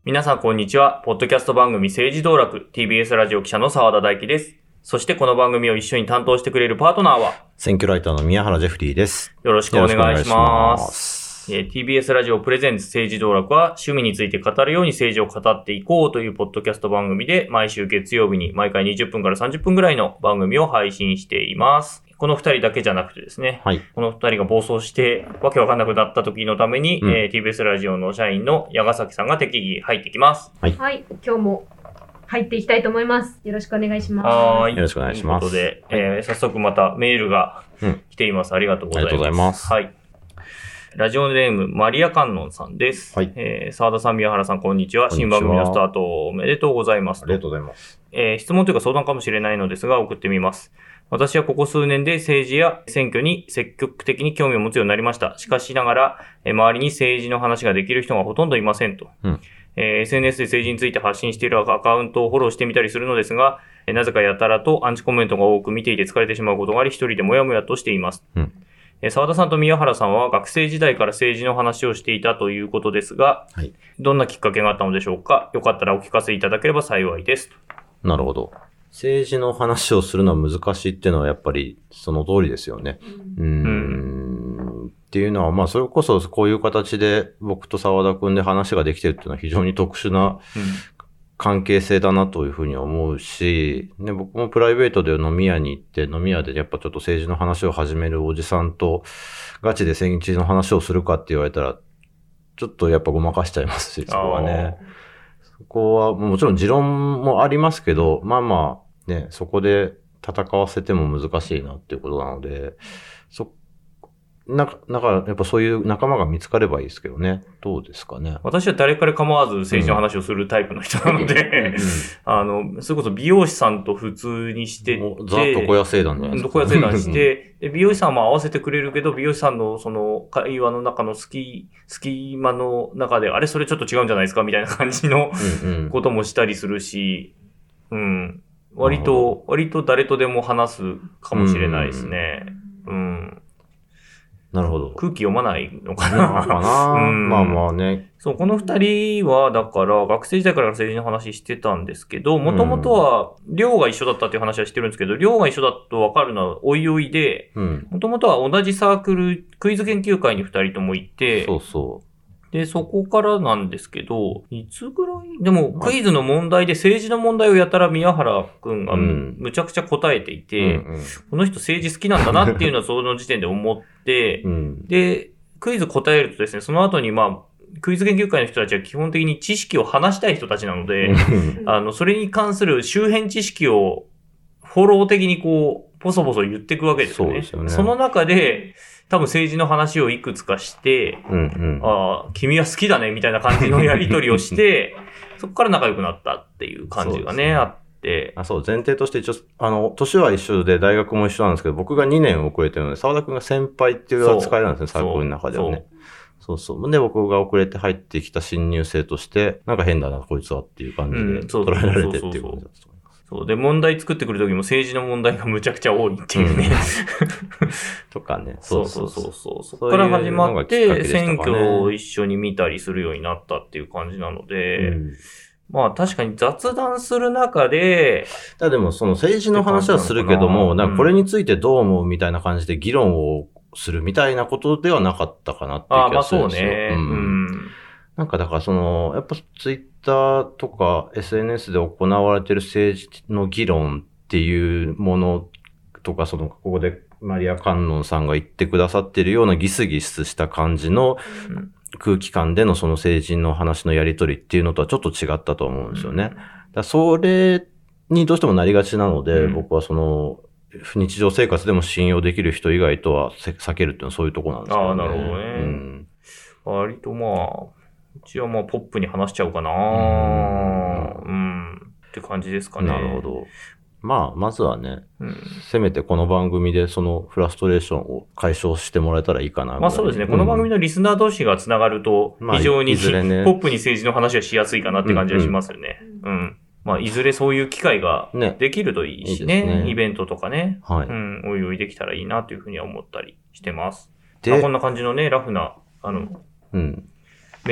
皆さんこんにちは。ポッドキャスト番組政治道楽 TBS ラジオ記者の澤田大樹です。そしてこの番組を一緒に担当してくれるパートナーは選挙ライターの宮原ジェフリーです。 よろしくお願いします。TBS ラジオプレゼンツ政治道楽は趣味について語るように政治を語っていこうというポッドキャスト番組で毎週月曜日に毎回20分から30分ぐらいの番組を配信しています。この二人だけじゃなくてですね、 はい、 この二人が暴走してわけわかんなくなった時のために、TBS ラジオの社員の矢ヶ崎さんが適宜入ってきます。 はい、今日も入っていきたいと思います。よろしくお願いします。 はい。よろしくお願いします。 ということで、早速またメールが来ています。ありがとうございます。 ありがとうございます。 はい。ラジオネーム、マリア観音さんです。 はい。 澤田さん、宮原さん、こんにちは。新番組のスタートおめでとうございます。 ありがとうございます。 質問というか相談かもしれないのですが、送ってみます。私はここ数年で政治や選挙に積極的に興味を持つようになりました。しかしながら、周りに政治の話ができる人がほとんどいませんと。SNS で政治について発信しているアカウントをフォローしてみたりするのですが、なぜかやたらとアンチコメントが多く見ていて疲れてしまうことがあり、一人でもやもやとしています。澤田さんと宮原さんは学生時代から政治の話をしていたということですが、 はい、 どんなきっかけがあったのでしょうか。よかったらお聞かせいただければ幸いです。 なるほど。政治の話をするのは難しいっていうのはやっぱりその通りですよね。っていうのは、まあそれこそこういう形で僕と澤田くんで話ができてるっていうのは非常に特殊な関係性だなというふうに思うし、ね、僕もプライベートで飲み屋に行って、飲み屋でやっぱちょっと政治の話を始めるおじさんとガチで政治の話をするかって言われたら、ちょっとやっぱごまかしちゃいますし、そこはね。そこはもちろん持論もありますけど、まあまあね、そこで戦わせても難しいなっていうことなので、なんかやっぱそういう仲間が見つかればいいですけどね。どうですかね。 私は誰から構わず政治の話をするタイプの人なので、それこそ美容師さんと普通にしてて、 ザ・床屋聖団じゃないですか。 床屋聖団して、美容師さんも合わせてくれるけど、美容師さんのその会話の中の隙間の中で、あれそれちょっと違うんじゃないですかみたいな感じのこともしたりするし、割と誰とでも話すかもしれないですね。 なるほど。 空気読まないのかな。 まあまあね。 そう、この二人は、だから、学生時代から政治の話してたんですけど、もともとは、寮が一緒だったっていう話はしてるんですけど、寮が一緒だとわかるのはおいおいで、もともとは同じサークル、クイズ研究会に二人とも行って、 そうそう。 で、そこからなんですけど、いつぐらいでも、クイズの問題で政治の問題をやたら宮原くんがむちゃくちゃ答えていて、この人政治好きなんだなっていうのはその時点で思って、で、クイズ答えるとですね、その後にクイズ研究会の人たちは基本的に知識を話したい人たちなので、それに関する周辺知識をフォロー的にこう、ポソポソ言っていくわけですよね。そうですよね。その中で、多分政治の話をいくつかして、君は好きだねみたいな感じのやり取りをして、そこから仲良くなったっていう感じがね、あって。 そう、前提として一応、年は一緒で大学も一緒なんですけど、僕が2年遅れてるので、澤田くんが先輩っていう扱いなんですね、サークルの中ではね。そう。で、僕が遅れて入ってきた新入生として、なんか変だな、こいつはっていう感じで捉えられてっていうことだったと思います。 そう。で、問題作ってくるときも政治の問題がむちゃくちゃ多いっていうね。 とかね。 そう。そこから始まって、選挙を一緒に見たりするようになったっていう感じなので、まあ確かに雑談する中で、 でもその政治の話はするけども、なんかこれについてどう思うみたいな感じで議論をするみたいなことではなかったかなっていう気がするんですよ。なんかだからやっぱツイッターとか SNS で行われている政治の議論っていうものとか、ここでマリア・観音さんが言ってくださっているようなギスギスした感じの空気感でのその政治の話のやり取りっていうのとはちょっと違ったと思うんですよね。だそれにどうしてもなりがちなので、僕は日常生活でも信用できる人以外とは避けるっていうのはそういうとこなんですよね。 なるほどね。割とうちはポップに話しちゃうかなって感じですかね。 なるほど。まずはね、せめてこの番組でそのフラストレーションを解消してもらえたらいいかな。 そうですね。この番組のリスナー同士がつながると、非常に、ポップに政治の話はしやすいかなって感じがしますよね。いずれそういう機会ができるといいしね。イベントとかね。おいおいできたらいいなというふうには思ったりしてます。こんな感じのね、ラフな、メール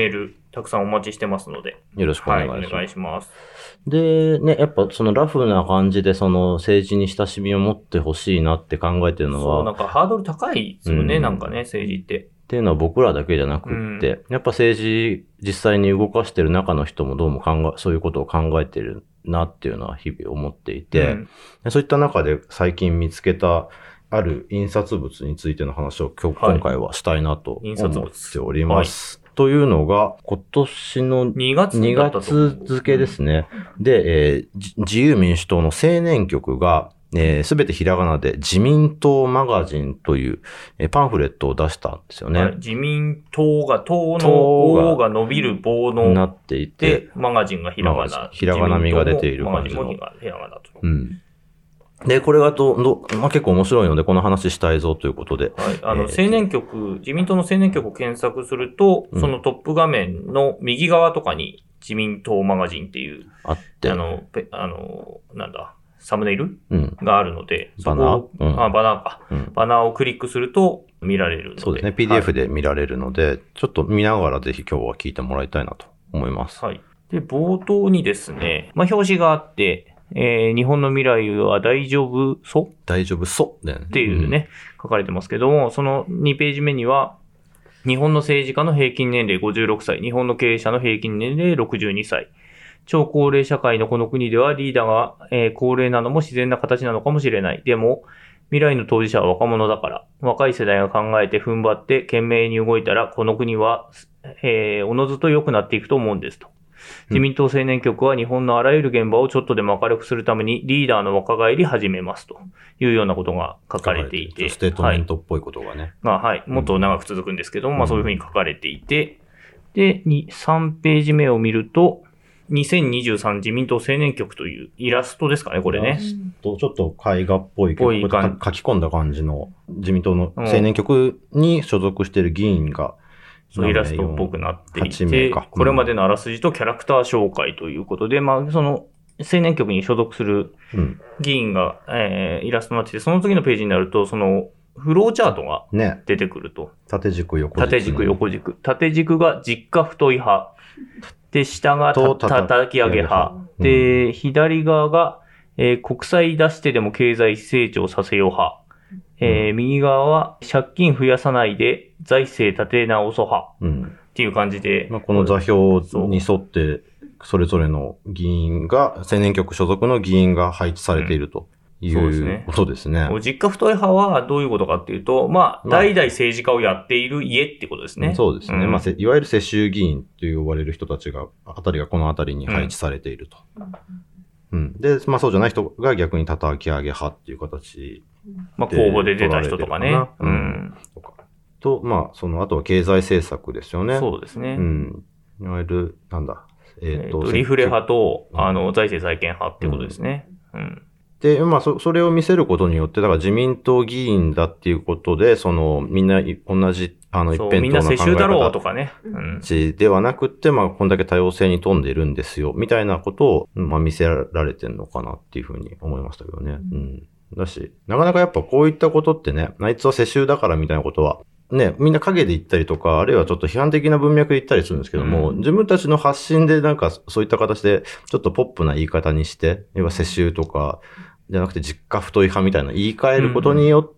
たくさんお待ちしてますので。 よろしくお願いします。 はい、お願いします。 で、ね、やっぱそのラフな感じでその政治に親しみを持ってほしいなって考えてるのは。 そう、なんかハードル高いですよね、なんかね、政治って。 っていうのは僕らだけじゃなくって、やっぱ政治実際に動かしてる中の人もどうもそういうことを考えてるなっていうのは日々思っていて、そういった中で最近見つけたある印刷物についての話を今回はしたいなと思っております。というのが、今年の2月付ですね。で、自由民主党の青年局が、すべてひらがなで自民党マガジンという、パンフレットを出したんですよね。はい、 自民党が、党の王が伸びる棒のなっていて、 マガジンがひらがな。 ひらがなみが出ている感じの。 マガジンもひらがなと。 で、これが結構面白いので、この話したいぞということで。 はい。青年局、自民党の青年局を検索すると、そのトップ画面の右側とかに自民党マガジンっていう、 あって、 なんだ、サムネイル、があるので、 バナー、 バナーか、バナーをクリックすると見られるので。 そうですね。PDF で見られるので、ちょっと見ながらぜひ今日は聞いてもらいたいなと思います。 はい。で、冒頭にですね、表紙があって、日本の未来は大丈夫そう大丈夫そうだよね。 っていうね、書かれてますけども、その2ページ目には、日本の政治家の平均年齢56歳、日本の経営者の平均年齢62歳。超高齢社会のこの国ではリーダーが、高齢なのも自然な形なのかもしれない。でも、未来の当事者は若者だから、若い世代が考えて踏ん張って懸命に動いたら、この国は、おのずと良くなっていくと思うんですと。自民党青年局は日本のあらゆる現場をちょっとでも明るくするためにリーダーの若返り始めますというようなことが書かれていて。 ステートメントっぽいことがね。 はい。もっと長く続くんですけども、そういうふうに書かれていて、で、3ページ目を見ると、2023自民党青年局というイラストですかね、これね。 ちょっと絵画っぽい書き込んだ感じの自民党の青年局に所属している議員が、 イラストっぽくなっていて、これまでのあらすじとキャラクター紹介ということで、その青年局に所属する議員が、イラストになってて、その次のページになると、そのフローチャートが出てくると。 縦軸横軸。 縦軸横軸。縦軸が実家太い派。で、下が叩き上げ派。で、左側が、国債出してでも経済成長させよう派。右側は借金増やさないで財政立て直そう派。っていう感じで。 この座標に沿って、それぞれの議員が、青年局所属の議員が配置されているということですね。 実家太い派はどういうことかっていうと、代々政治家をやっている家ってことですね。 そうですね。いわゆる世襲議員と呼ばれる人たちが、この辺りに配置されていると。で、そうじゃない人が逆に叩き上げ派っていう形。 公募で出た人とかね。 と、あとは経済政策ですよね。 そうですね。 いわゆる、 リフレ派と、財政再建派っていうことですね。 で、それを見せることによって、だから自民党議員だっていうことで、みんな同じ、一辺倒な考え方。 みんな世襲だろうとかね。 ではなくって、こんだけ多様性に富んでるんですよ、みたいなことを、見せられてるのかなっていうふうに思いましたけどね。だし、なかなかやっぱこういったことってね、あいつは世襲だからみたいなことは、ね、みんな陰で言ったりとか、あるいはちょっと批判的な文脈で言ったりするんですけども、自分たちの発信でそういった形で、ちょっとポップな言い方にして、要は世襲とか、じゃなくて実家太い派みたいな言い換えることによって、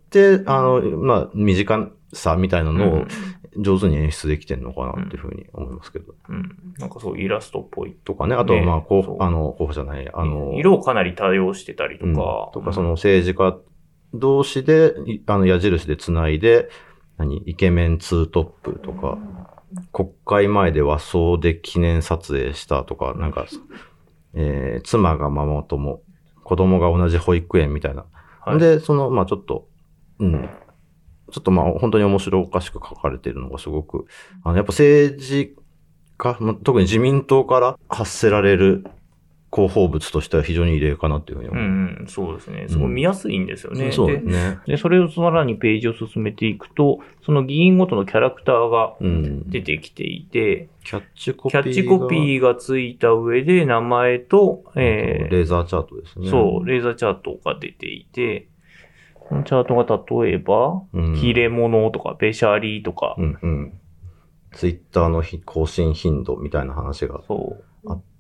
身近さみたいなのを上手に演出できてるのかなっていうふうに思いますけど。 イラストっぽい。 とかね、あとは候補じゃない、 色をかなり多用してたりとか。 その政治家同士で、矢印でつないで、イケメンツートップとか、国会前で和装で記念撮影したとか、妻がママ友、子供が同じ保育園みたいな。で、ちょっと、本当に面白おかしく書かれているのがすごく、やっぱ政治家、特に自民党から発せられる広報物としては非常に異例かなっていうふうに思う。 そうですね。すごい見やすいんですよね。 そうですね。 で、それをさらにページを進めていくと、その議員ごとのキャラクターが出てきていて、 キャッチコピーがついた上で名前と、 レーザーチャートですね。 そう、レーザーチャートが出ていて、このチャートが例えば、切れ物とか、べしゃりとか、 ツイッターの更新頻度みたいな話があって、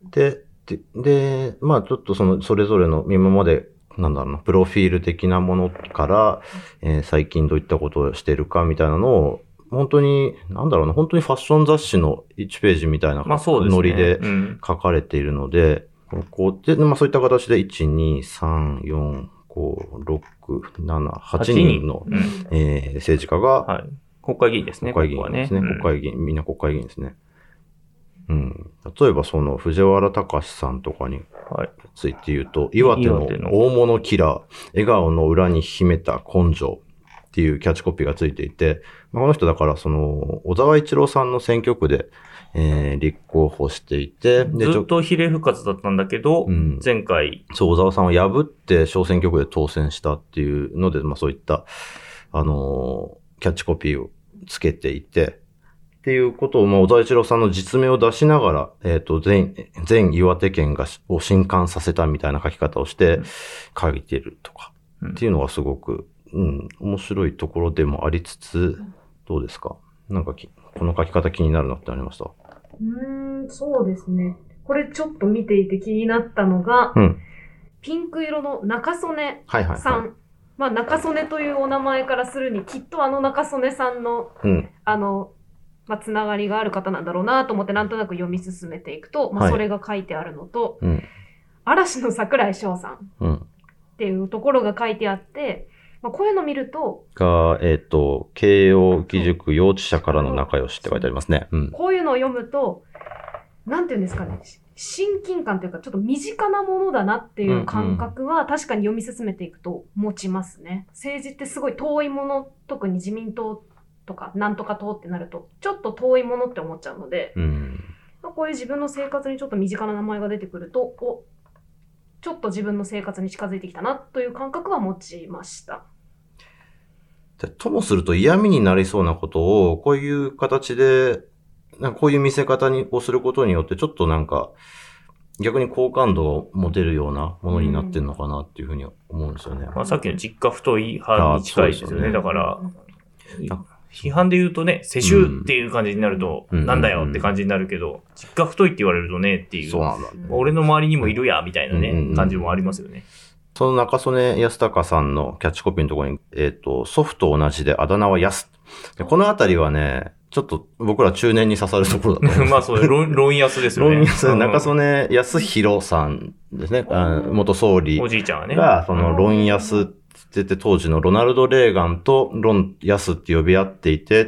で、まあちょっとそれぞれの今まで、なんだろうな、プロフィール的なものから、最近どういったことをしてるかみたいなのを、本当に、なんだろうな、本当にファッション雑誌の1ページみたいなノリで書かれているので、こうで、まあそういった形で、1、2、3、4、5、6、7、8人の、政治家が、 はい、国会議員ですね。 国会議員ですね。国会議員、みんな国会議員ですね。うん。例えば藤原隆さんとかについて言うと、岩手の大物キラー、笑顔の裏に秘めた根性っていうキャッチコピーがついていて、この人だから小沢一郎さんの選挙区で、立候補していて、 ずっと比例復活だったんだけど、前回。 そう、小沢さんを破って小選挙区で当選したっていうので、まあそういった、キャッチコピーをつけていて、っていうことを、小沢一郎さんの実名を出しながら、全岩手県を震撼させたみたいな書き方をして書いてるとか、っていうのがすごく、面白いところでもありつつ、どうですか？なんかこの書き方気になるなってありました？ そうですね。これちょっと見ていて気になったのが、ピンク色の中曽根さん。まあ中曽根というお名前からするに、きっと中曽根さんの、まあ、つながりがある方なんだろうなと思ってなんとなく読み進めていくと、まあ、それが書いてあるのと、嵐の櫻井翔さんっていうところが書いてあって、まあ、こういうの見ると、 慶応義塾幼稚舎からの仲良しって書いてありますね。 こういうのを読むと、なんていうんですかね、親近感というかちょっと身近なものだなっていう感覚は確かに読み進めていくと持ちますね。政治ってすごい遠いもの、特に自民党とかなんとか党ってなるとちょっと遠いものって思っちゃうので、こういう自分の生活にちょっと身近な名前が出てくると、ちょっと自分の生活に近づいてきたなという感覚は持ちました。 ともすると嫌味になりそうなことをこういう形でこういう見せ方をすることによってちょっとなんか逆に好感度を持てるようなものになってるのかなっていうふうに思うんですよね。 まあ、さっきの実家太い派に近いですよね。だから、批判で言うとね、世襲っていう感じになると、なんだよって感じになるけど、実家太いって言われるとねっていう、 そうなんだ、 俺の周りにもいるやみたいなね、感じもありますよね。 その中曽根康隆さんのキャッチコピーのところに、祖父と同じであだ名は安。このあたりはね、ちょっと僕ら中年に刺さるところだと思います。 まあそう、論安ですよね。 論安、中曽根康弘さんですね。元総理。 おじいちゃんはね。 が、論安って言って当時のロナルド・レーガンと論安って呼び合っていて、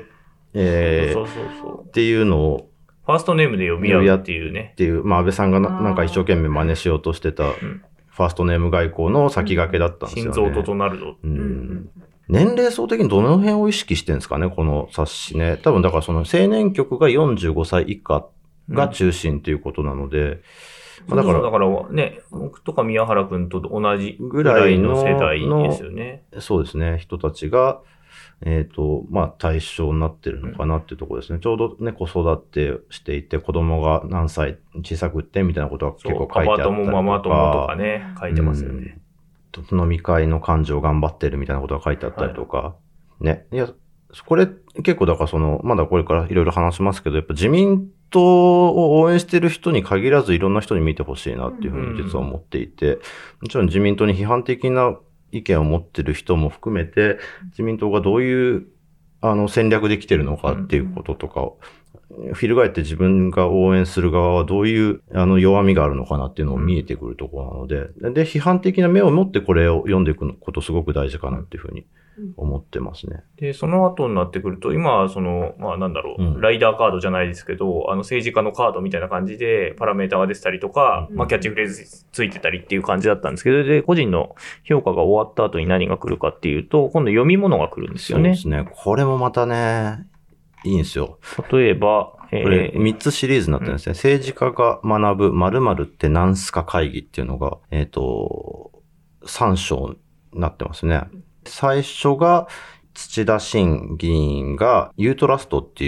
っていうのを、 ファーストネームで呼び合うっていうね。 っていう、まあ安倍さんがなんか一生懸命真似しようとしてた、ファーストネーム外交の先駆けだったんですよね。 心臓となるぞ。 年齢層的にどの辺を意識してるんですかね、この冊子ね。多分だから青年局が45歳以下が中心ということなので、 だからね、僕とか宮原くんと同じぐらいの世代ですよね。 そうですね、人たちが、まあ対象になってるのかなっていうところですね。ちょうどね、子育てしていて、子供が何歳小さくってみたいなことは結構書いてあったりとか。 パパ友ママ友とかね、書いてますよね。 飲み会の幹事を頑張ってるみたいなことが書いてあったりとか、ね。いや、これ結構だからまだこれからいろいろ話しますけど、やっぱ自民党を応援してる人に限らずいろんな人に見てほしいなっていうふうに実は思っていて、もちろん自民党に批判的な意見を持ってる人も含めて、自民党がどういう戦略できてるのかっていうこととかを、翻って自分が応援する側はどういう弱みがあるのかなっていうのを見えてくるところなので、で、批判的な目を持ってこれを読んでいくことすごく大事かなっていうふうに思ってますね。 で、その後になってくると、今はまあなんだろう、ライダーカードじゃないですけど、政治家のカードみたいな感じでパラメータが出てたりとか、まあキャッチフレーズついてたりっていう感じだったんですけど、で、個人の評価が終わった後に何が来るかっていうと、今度読み物が来るんですよね。 そうですね。これもまたね、いいんですよ。 例えば、 これ3つシリーズになってるんですね。政治家が学ぶ〇〇って何すか会議っていうのが、3章になってますね。最初が土田慎議員がユートラストっていう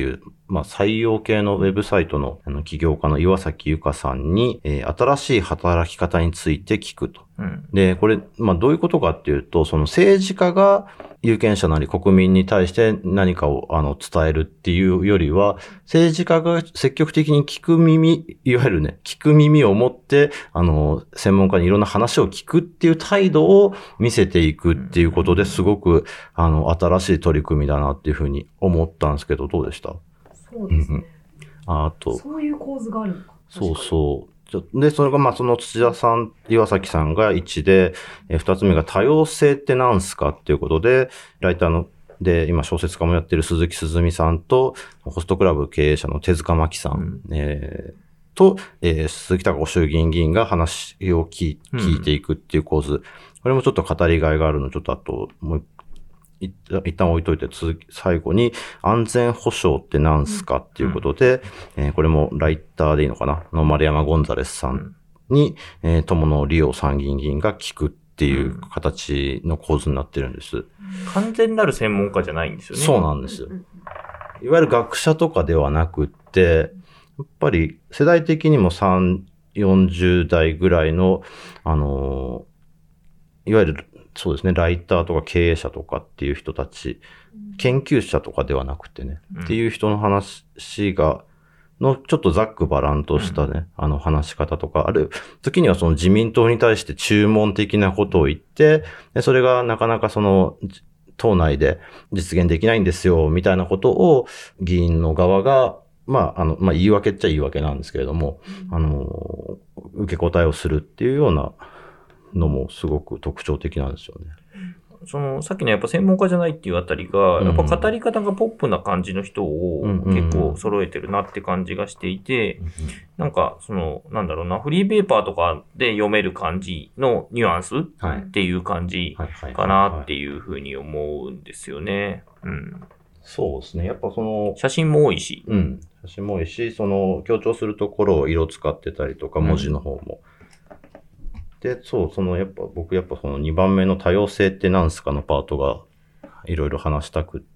採用系のウェブサイトの起業家の岩崎由香さんに、新しい働き方について聞くと。で、これ、どういうことかっていうと、その政治家が有権者なり国民に対して何かを伝えるっていうよりは、政治家が積極的に聞く耳、いわゆるね、聞く耳を持って、専門家にいろんな話を聞くっていう態度を見せていくっていうことですごく、新しい取り組みだなっていうふうに思ったんですけど、どうでした？ そうですね。そういう構図があるのか。 そうそう。で、それがその土田さん、岩崎さんが1で、2つ目が多様性って何すかっていうことで、ライターの、で、今小説家もやってる鈴木すずみさんと、ホストクラブ経営者の手塚真紀さん、と、鈴木貴子衆議院議員が話を聞いていくっていう構図。これもちょっと語りがいがあるの、ちょっとあと、もう一旦置いといて、最後に安全保障って何すかっていうことで、これもライターでいいのかなの丸山ゴンザレスさんに、友野理央参議院議員が聞くっていう形の構図になってるんです。 完全なる専門家じゃないんですよね。 そうなんですよ。いわゆる学者とかではなくって、やっぱり世代的にも40代ぐらいの、いわゆるそうですね、ライターとか経営者とかっていう人たち、研究者とかではなくてね、っていう人の話のちょっとざっくばらんとしたね、話し方とか、ある時にはその自民党に対して注文的なことを言って、でそれがなかなかその、党内で実現できないんですよ、みたいなことを議員の側が、言い訳っちゃ言い訳なんですけれども、受け答えをするっていうようなのもすごく特徴的なんですよね。 さっきのやっぱ専門家じゃないっていうあたりが、やっぱ語り方がポップな感じの人を結構揃えてるなって感じがしていて、なんかなんだろうな、フリーペーパーとかで読める感じのニュアンスっていう感じかなっていうふうに思うんですよね。 そうですね。やっぱ写真も多いし。 写真も多いし、強調するところを色使ってたりとか、文字の方も。で、僕その2番目の多様性って何すかのパートがいろいろ話したくって、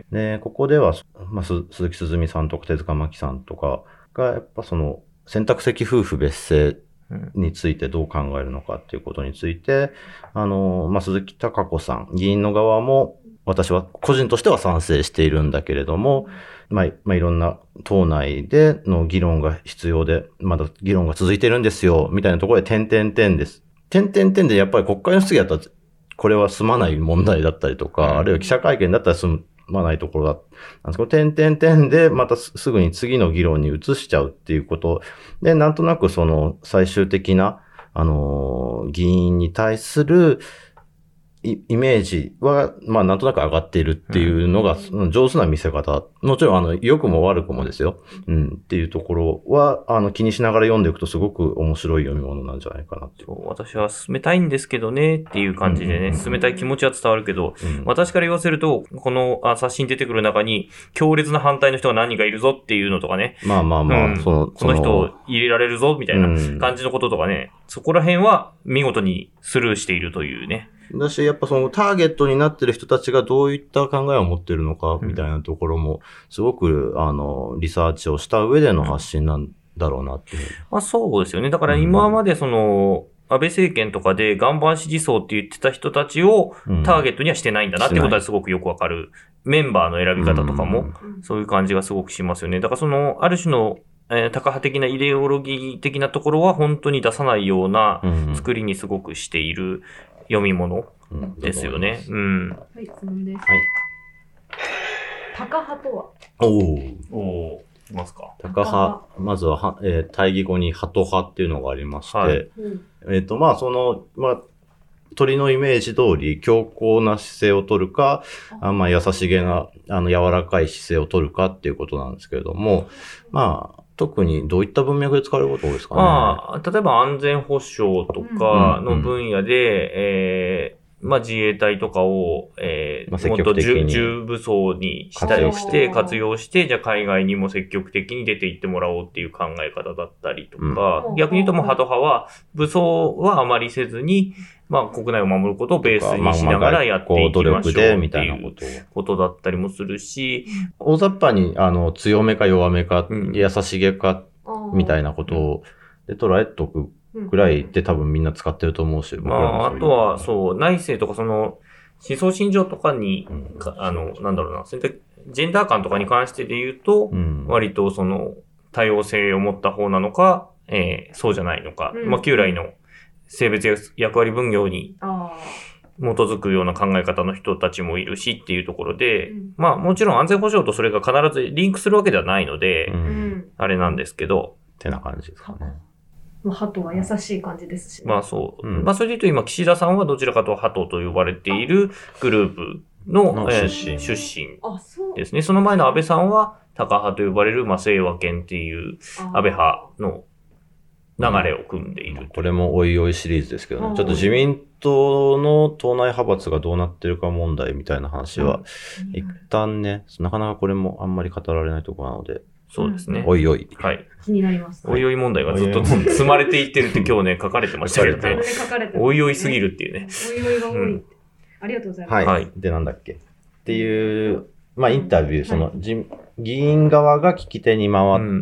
で、ここでは、鈴木すずみさんとか手塚真紀さんとかが、やっぱ選択的夫婦別姓についてどう考えるのかっていうことについて、鈴木貴子さん、議員の側も、私は個人としては賛成しているんだけれども、いろんな党内での議論が必要で、まだ議論が続いてるんですよ、みたいなところで点です。点でやっぱり国会の質疑だったら、これは済まない問題だったりとか、あるいは記者会見だったら済まないところだ。なんですけど、点でまたすぐに次の議論に移しちゃうっていうこと。で、なんとなく最終的な、議員に対する、イメージは、なんとなく上がっているっていうのが、上手な見せ方。もちろん、良くも悪くもですよ。っていうところは、気にしながら読んでいくとすごく面白い読み物なんじゃないかなって。 私は進めたいんですけどね、っていう感じでね、進めたい気持ちは伝わるけど、私から言わせると、この冊子に出てくる中に、強烈な反対の人が何人かいるぞっていうのとかね。 この人を入れられるぞ、みたいな感じのこととかね、そこら辺は見事にスルーしているというね。 だし、やっぱターゲットになってる人たちがどういった考えを持ってるのか、みたいなところも、すごく、リサーチをした上での発信なんだろうなっていう。 そうですよね。だから今まで安倍政権とかで岩盤支持層って言ってた人たちをターゲットにはしてないんだなってことはすごくよくわかる。メンバーの選び方とかも、そういう感じがすごくしますよね。だからある種のタカ派的なイデオロギー的なところは本当に出さないような作りにすごくしている読み物ですよね。 はい、質問です。 はい。 タカ派とは？ いますか？ タカ派。まずは、対義語にハト派っていうのがありまして、鳥のイメージ通り強硬な姿勢を取るか、優しげな、柔らかい姿勢を取るかっていうことなんですけれども、特にどういった文脈で使われることですかね。 例えば安全保障とかの分野で、 まあ自衛隊とかを、 まあ、積極的に重武装にしたりして活用して、じゃあ海外にも積極的に出ていってもらおうっていう考え方だったりとか、逆に言うともうハト派は武装はあまりせずに、まあ国内を守ることをベースにしながらやっていきましょうっていうことだったりもするし、 大雑把に強めか弱めか、優しげかみたいなことをで捉えとくぐらいで多分みんな使ってると思うし、 まあ、あとはそう、内政とかその思想信条とかに、なんだろうな、そういったジェンダー感とかに関してで言うと、割とその多様性を持った方なのか、そうじゃないのか、まあ旧来の性別や役割分業に基づくような考え方の人たちもいるしっていうところで、まあもちろん安全保障とそれが必ずリンクするわけではないので、あれなんですけど。 ってな感じですかね。 ハトは優しい感じですし、 ね。まあそう。まあそれで言うと今、岸田さんはどちらかとハトと呼ばれているグループの、出身ですね。その前の安倍さんはタカ派と呼ばれる、まあ清和研っていう安倍派の流れを組んでいる。 これもおいおいシリーズですけどね。ちょっと自民党の党内派閥がどうなってるか問題みたいな話は、一旦ね、なかなかこれもあんまり語られないところなので、 そうですね。 おいおい。 はい。 気になります。 おいおい問題がずっと積まれていってるって今日ね、書かれてましたけどね。おいおいすぎるっていうね。 おいおいが多い。ありがとうございます。 はい。で、なんだっけ。っていう、まあ、インタビュー、その、議員側が聞き手に回って、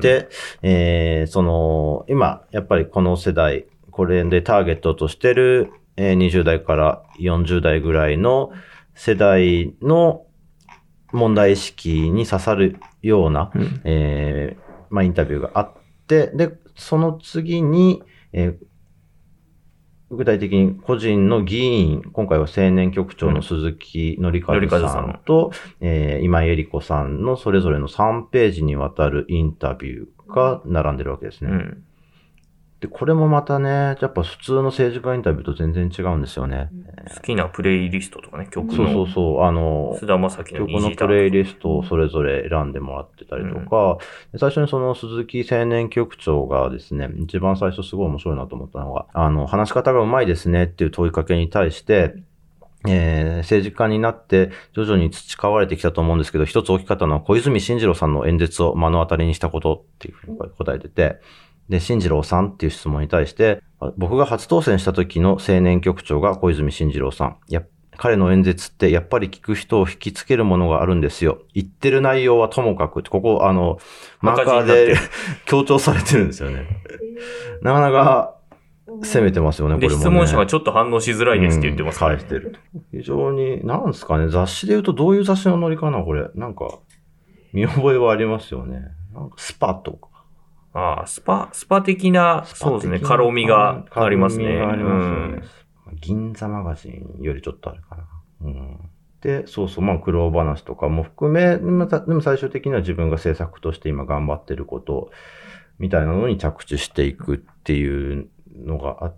その、今、やっぱりこの世代、これでターゲットとしてる、20代から40代ぐらいの世代の問題意識に刺さるような、まあ、インタビューがあって、で、その次に、具体的に個人の議員、今回は青年局長の鈴木紀和さんと、今井絵理子さんのそれぞれの3ページにわたるインタビューが並んでるわけですね。で、これもまたね、やっぱ普通の政治家インタビューと全然違うんですよね。 好きなプレイリストとかね、曲の。 そう。 菅田将暉の曲のプレイリストをそれぞれ選んでもらってたりとか、最初にその鈴木青年局長がですね、一番最初すごい面白いなと思ったのが、話し方がうまいですねっていう問いかけに対して、政治家になって徐々に培われてきたと思うんですけど、一つ大きかったのは小泉進次郎さんの演説を目の当たりにしたことっていうふうに答えてて、で、進次郎さんっていう質問に対して、僕が初当選した時の青年局長が小泉進次郎さん。彼の演説ってやっぱり聞く人を引きつけるものがあるんですよ。言ってる内容はともかくって、ここマーカーで強調されてるんですよね。なかなか攻めてますよね、これもね。 質問者がちょっと反応しづらいですって言ってます返してると。非常に、なんですかね、雑誌で言うとどういう雑誌のノリかな、これ。なんか、見覚えはありますよね。なんかスパとか。 スパ的な、そうですね、軽みがありますね。 銀座マガジンよりちょっとあるかな。で、まあ、苦労話とかも含め、でも最終的には自分が制作として今頑張ってること、みたいなのに着地していくっていうのがあって、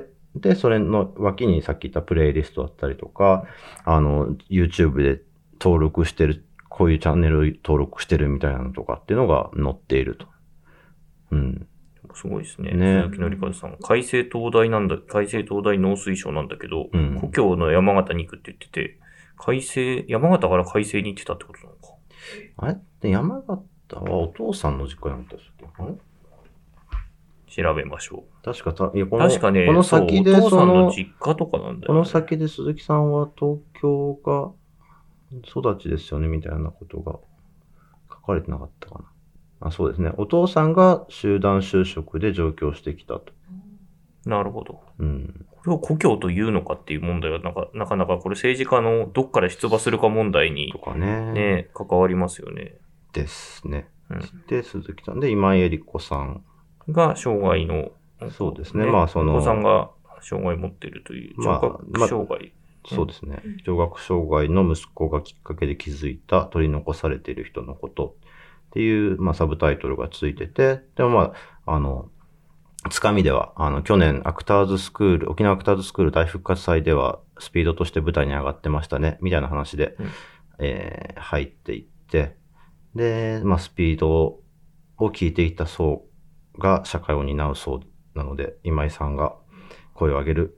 で、それの脇にさっき言ったプレイリストだったりとか、YouTube で登録してる、こういうチャンネル登録してるみたいなのとかっていうのが載っていると。 すごいですね。鈴木紀和さん。海星東大農水省なんだけど、故郷の山形に行くって言ってて、山形から海星に行ってたってことなのか。 あれって山形はお父さんの実家なんですか？ 調べましょう。 確かね、 この先でお父さんの実家とかなんだよね。 この先で鈴木さんは東京が育ちですよね、みたいなことが書かれてなかったかな。そうですね。お父さんが集団就職で上京してきたと。 なるほど。これを故郷というのかっていう問題はなかなかこれ政治家のどっから出馬するか問題にね、関わりますよね。 ですね。で、鈴木さんで今井絵理子さんが障害の、 そうですね。まあお子さんが障害を持っているという、聴覚障害。 そうですね。聴覚障害の息子がきっかけで気づいた取り残されている人のこと。っていう、まあ、サブタイトルがついてて、でもまあ、つかみでは、去年、沖縄アクターズスクール大復活祭では、スピードとして舞台に上がってましたね、みたいな話で、入っていって、で、まあ、スピードを聞いていた層が社会を担う層なので、今井さんが声を上げる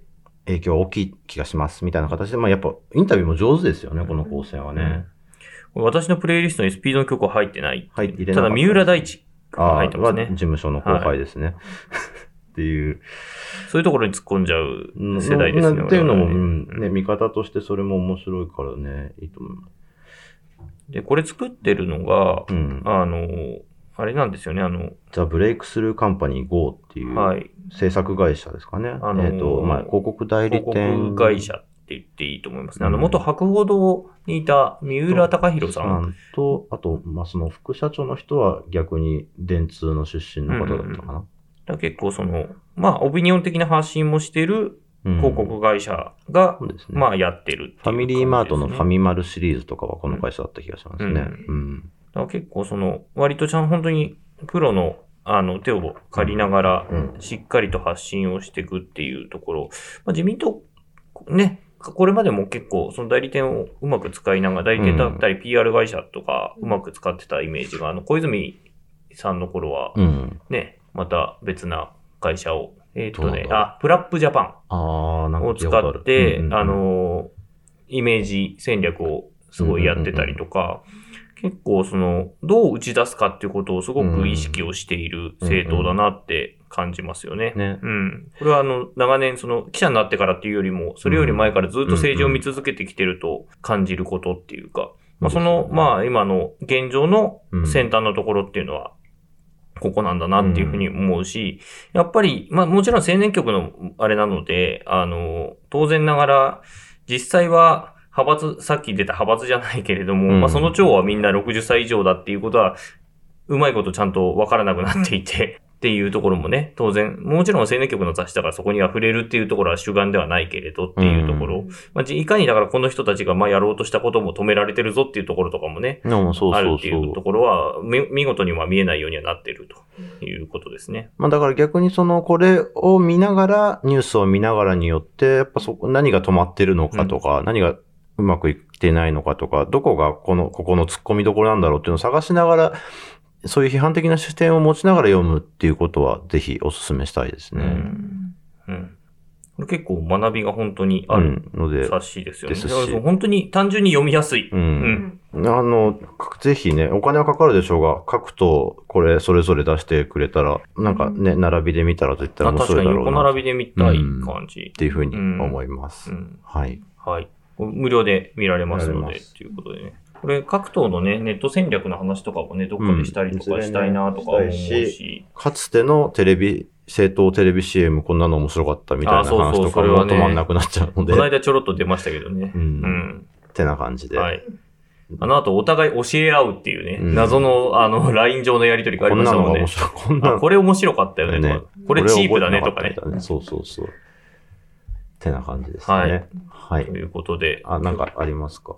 影響大きい気がします。みたいな形で、やっぱインタビューも上手ですよね、この構成はね。 私のプレイリストにスピードの曲は入ってない。 入ってただ、三浦大知が入ってますね。 事務所の後輩ですね。っていう。 そういうところに突っ込んじゃう世代ですね。 っていうのも、ね、見方としてそれも面白いからね、いいと思います。 で、これ作ってるのが、あれなんですよね、 ザ・ブレイクスルーカンパニー GO っていう制作会社ですかね。広告代理店。 広告会社って言っていいと思いますね。元博報堂にいた三浦貴弘さん。 と、あと、その副社長の人は逆に電通の出身の方だったかな。 結構オピニオン的な発信もしてる広告会社が、やってるっていう、 ファミリーマートのファミマルシリーズとかはこの会社だった気がしますね。 だから結構割と本当にプロの手を借りながら、しっかりと発信をしていくっていうところ、自民党、ね、これまでも結構その代理店をうまく使いながら、代理店だったり PR 会社とかうまく使ってたイメージが、小泉さんの頃は、ね、また別な会社を、プラップジャパンを使って、イメージ戦略をすごいやってたりとか、結構どう打ち出すかっていうことをすごく意識をしている政党だなって感じますよね。これは長年記者になってからっていうよりも、それより前からずっと政治を見続けてきてると感じることっていうか、今の現状の先端のところっていうのは、ここなんだなっていうふうに思うし、やっぱり、もちろん青年局のあれなので、当然ながら、実際は派閥、さっき出た派閥じゃないけれども、その長はみんな60歳以上だっていうことは、うまいことちゃんとわからなくなっていて、っていうところもね、当然、もちろん青年局の雑誌だからそこには触れるっていうところは主眼ではないけれどっていうところ、いかにだからこの人たちがやろうとしたことも止められてるぞっていうところとかもね、あるっていうところは、見事には見えないようにはなっているということですね。 だから逆にこれを見ながら、ニュースを見ながらによって、やっぱ何が止まってるのかとか、何がうまくいってないのかとか、どこがここの突っ込みどころなんだろうっていうのを探しながら、そういう批判的な視点を持ちながら読むっていうことは、ぜひお勧めしたいですね。 これ結構学びが本当にある冊子ですよね。本当に単純に読みやすい。 ぜひね、お金はかかるでしょうが、各党これそれぞれ出してくれたら、並びで見たらといったら面白いだろうな。 確かに横並びで見たい感じ。 っていうふうに思います。はい。 はい。無料で見られますので、ということでね。これ、各党のね、ネット戦略の話とかもね、どっかでしたりとかしたいなとか思うし。 かつての政党テレビ CM こんなの面白かったみたいな話とかも止まんなくなっちゃうので。 この間ちょろっと出ましたけどね。 ってな感じで。 はい。後お互い教え合うっていうね、謎のLINE 上のやりとりがありましたので。これ面白かったよねとか。これチープだねとかね。 そう。ってな感じですね。はい。 ということで。 なんかありますか？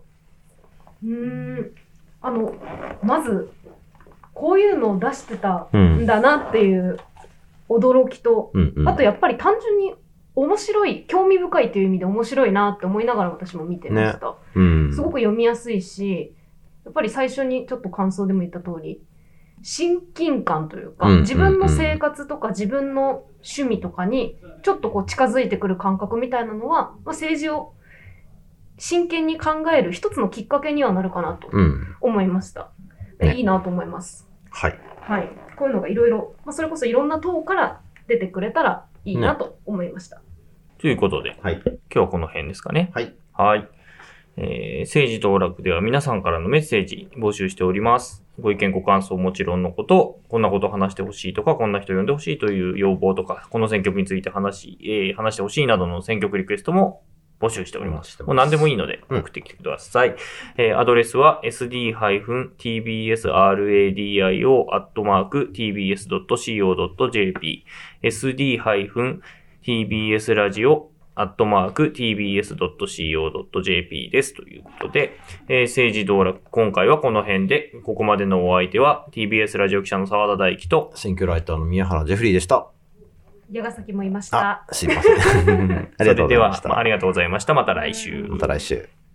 まず、こういうのを出してたんだなっていう驚きと、あとやっぱり単純に面白い、興味深いという意味で面白いなって思いながら私も見てました。すごく読みやすいし、やっぱり最初にちょっと感想でも言った通り、親近感というか、自分の生活とか自分の趣味とかにちょっと近づいてくる感覚みたいなのは、政治を真剣に考える一つのきっかけにはなるかなと思いました。いいなと思います。 はい。 はい。こういうのがいろいろ、それこそいろんな党から出てくれたらいいなと思いました。 ということで、今日はこの辺ですかね。はい。政治道楽では皆さんからのメッセージ募集しております。ご意見ご感想もちろんのこと、こんなこと話してほしいとか、こんな人呼んでほしいという要望とか、この選挙区について話してほしいなどの選挙区リクエストも募集しております。もう何でもいいので送ってきてください。アドレスは sd-tbsradio@tbs.co.jp sd-tbsradio@tbs.co.jp です。ということで、政治道楽、今回はこの辺で、ここまでのお相手は TBS ラジオ記者の澤田大樹と、 選挙ライターの宮原ジェフリーでした。 矢ヶ崎もいました。 すいません。ありがとうございました。 それでは、ありがとうございました。また来週。 また来週。